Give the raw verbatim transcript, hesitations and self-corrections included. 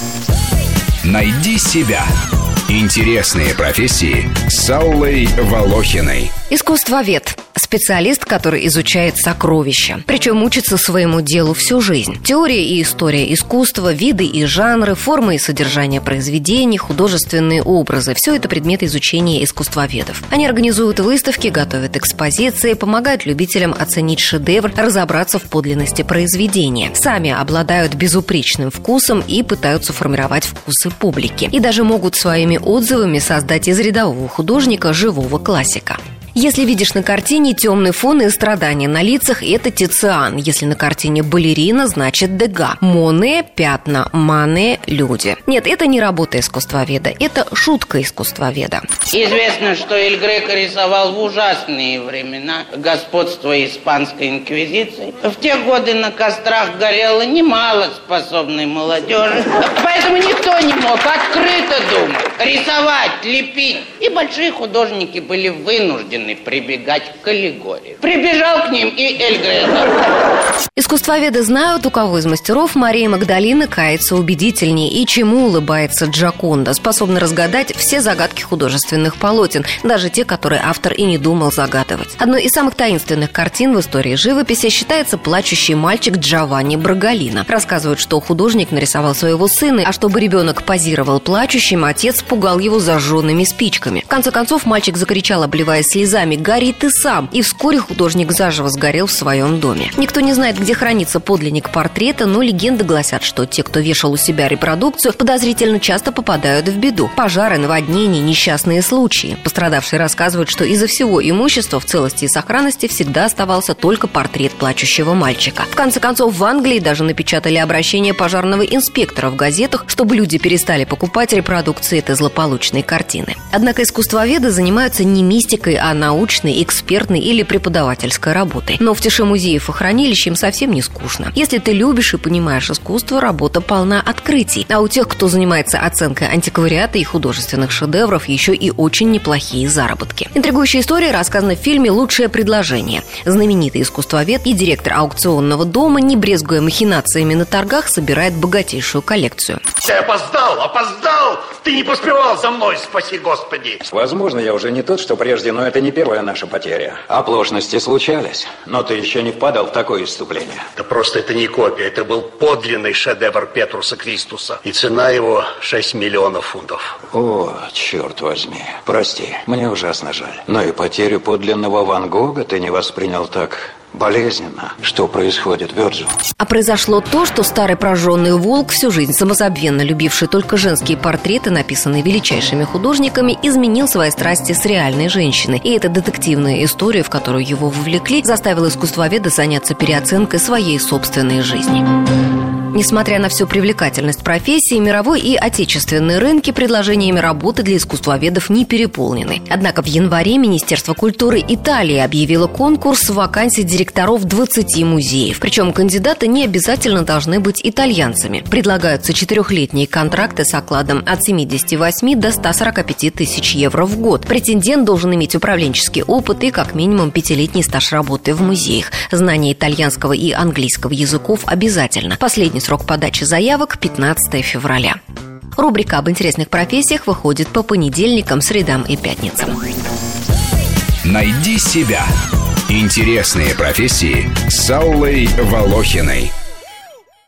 Найди себя. Интересные профессии с Аллой Волохиной. Искусствовед. Специалист, который изучает сокровища. Причем учится своему делу всю жизнь. Теория и история искусства, виды и жанры, формы и содержание произведений, художественные образы – все это предметы изучения искусствоведов. Они организуют выставки, готовят экспозиции, помогают любителям оценить шедевр, разобраться в подлинности произведения. Сами обладают безупречным вкусом и пытаются формировать вкусы публики. И даже могут своими отзывами создать из рядового художника живого классика. Если видишь на картине темный фон и страдания на лицах, это Тициан. Если на картине балерина, значит Дега. Моне – пятна, Мане – люди. Нет, это не работа искусствоведа, это шутка искусствоведа. Известно, что Эль Греко рисовал в ужасные времена господства испанской инквизиции. В те годы на кострах горело немало способной молодежи. Поэтому никто не мог открыто думать, рисовать, лепить. И большие художники были вынуждены прибегать к аллегории. Прибежал к ним и Эль Греко. Искусствоведы знают, у кого из мастеров Мария Магдалина кается убедительнее и чему улыбается Джоконда, способна разгадать все загадки художественных полотен, даже те, которые автор и не думал загадывать. Одной из самых таинственных картин в истории живописи считается «Плачущий мальчик» Джованни Брагалина. Рассказывают, что художник нарисовал своего сына, а чтобы ребенок позировал плачущим, отец пугал его зажженными спичками. В конце концов, мальчик закричал, обливаясь слезами: «Гори ты сам!» И вскоре художник заживо сгорел в своем доме. Никто не знает, где хранится подлинник портрета, но легенды гласят, что те, кто вешал у себя репродукцию, подозрительно часто попадают в беду. Пожары, наводнения, несчастные случаи. Пострадавшие рассказывают, что из-за всего имущества в целости и сохранности всегда оставался только портрет плачущего мальчика. В конце концов, в Англии даже напечатали обращение пожарного инспектора в газетах, чтобы люди перестали покупать репродукции этой злополучной картины. Однако искусствоведы занимаются не мистикой, а научной, экспертной или преподавательской работой. Но в тиши музеев и хранилищ им совсем не скучно. Если ты любишь и понимаешь искусство, работа полна открытий. А у тех, кто занимается оценкой антиквариата и художественных шедевров, еще и очень неплохие заработки. Интригующая история рассказана в фильме «Лучшее предложение». Знаменитый искусствовед и директор аукционного дома, не брезгуя махинациями на торгах, собирает богатейшую коллекцию. Ты опоздал, опоздал! Ты не поспевал за мной, спаси Господи! Возможно, я уже не тот, что прежде, но это не первая наша потеря. Оплошности случались, но ты еще не впадал в такое исступление. Да просто это не копия, это был подлинный шедевр Петруса Кристуса. И цена его шесть миллионов фунтов. О, черт возьми. Прости, мне ужасно жаль. Но и потерю подлинного Ван Гога ты не воспринял так болезненно. Что происходит, Вёрджил? А произошло то, что старый прожженный волк, всю жизнь самозабвенно любивший только женские портреты, написанные величайшими художниками, изменил свои страсти с реальной женщиной. И эта детективная история, в которую его вовлекли, заставила искусствоведа заняться переоценкой своей собственной жизни. Несмотря на всю привлекательность профессии, мировой и отечественные рынки предложениями работы для искусствоведов не переполнены. Однако в январе Министерство культуры Италии объявило конкурс вакансий директоров двадцати музеев. Причем кандидаты не обязательно должны быть итальянцами. Предлагаются четырехлетние контракты с окладом от семидесяти восьми до ста сорока пяти тысяч евро в год. Претендент должен иметь управленческий опыт и как минимум пятилетний стаж работы в музеях. Знание итальянского и английского языков обязательно. Последний срок подачи заявок – пятнадцатого февраля. Рубрика об интересных профессиях выходит по понедельникам, средам и пятницам. Найди себя. Интересные профессии с Аллой Волохиной.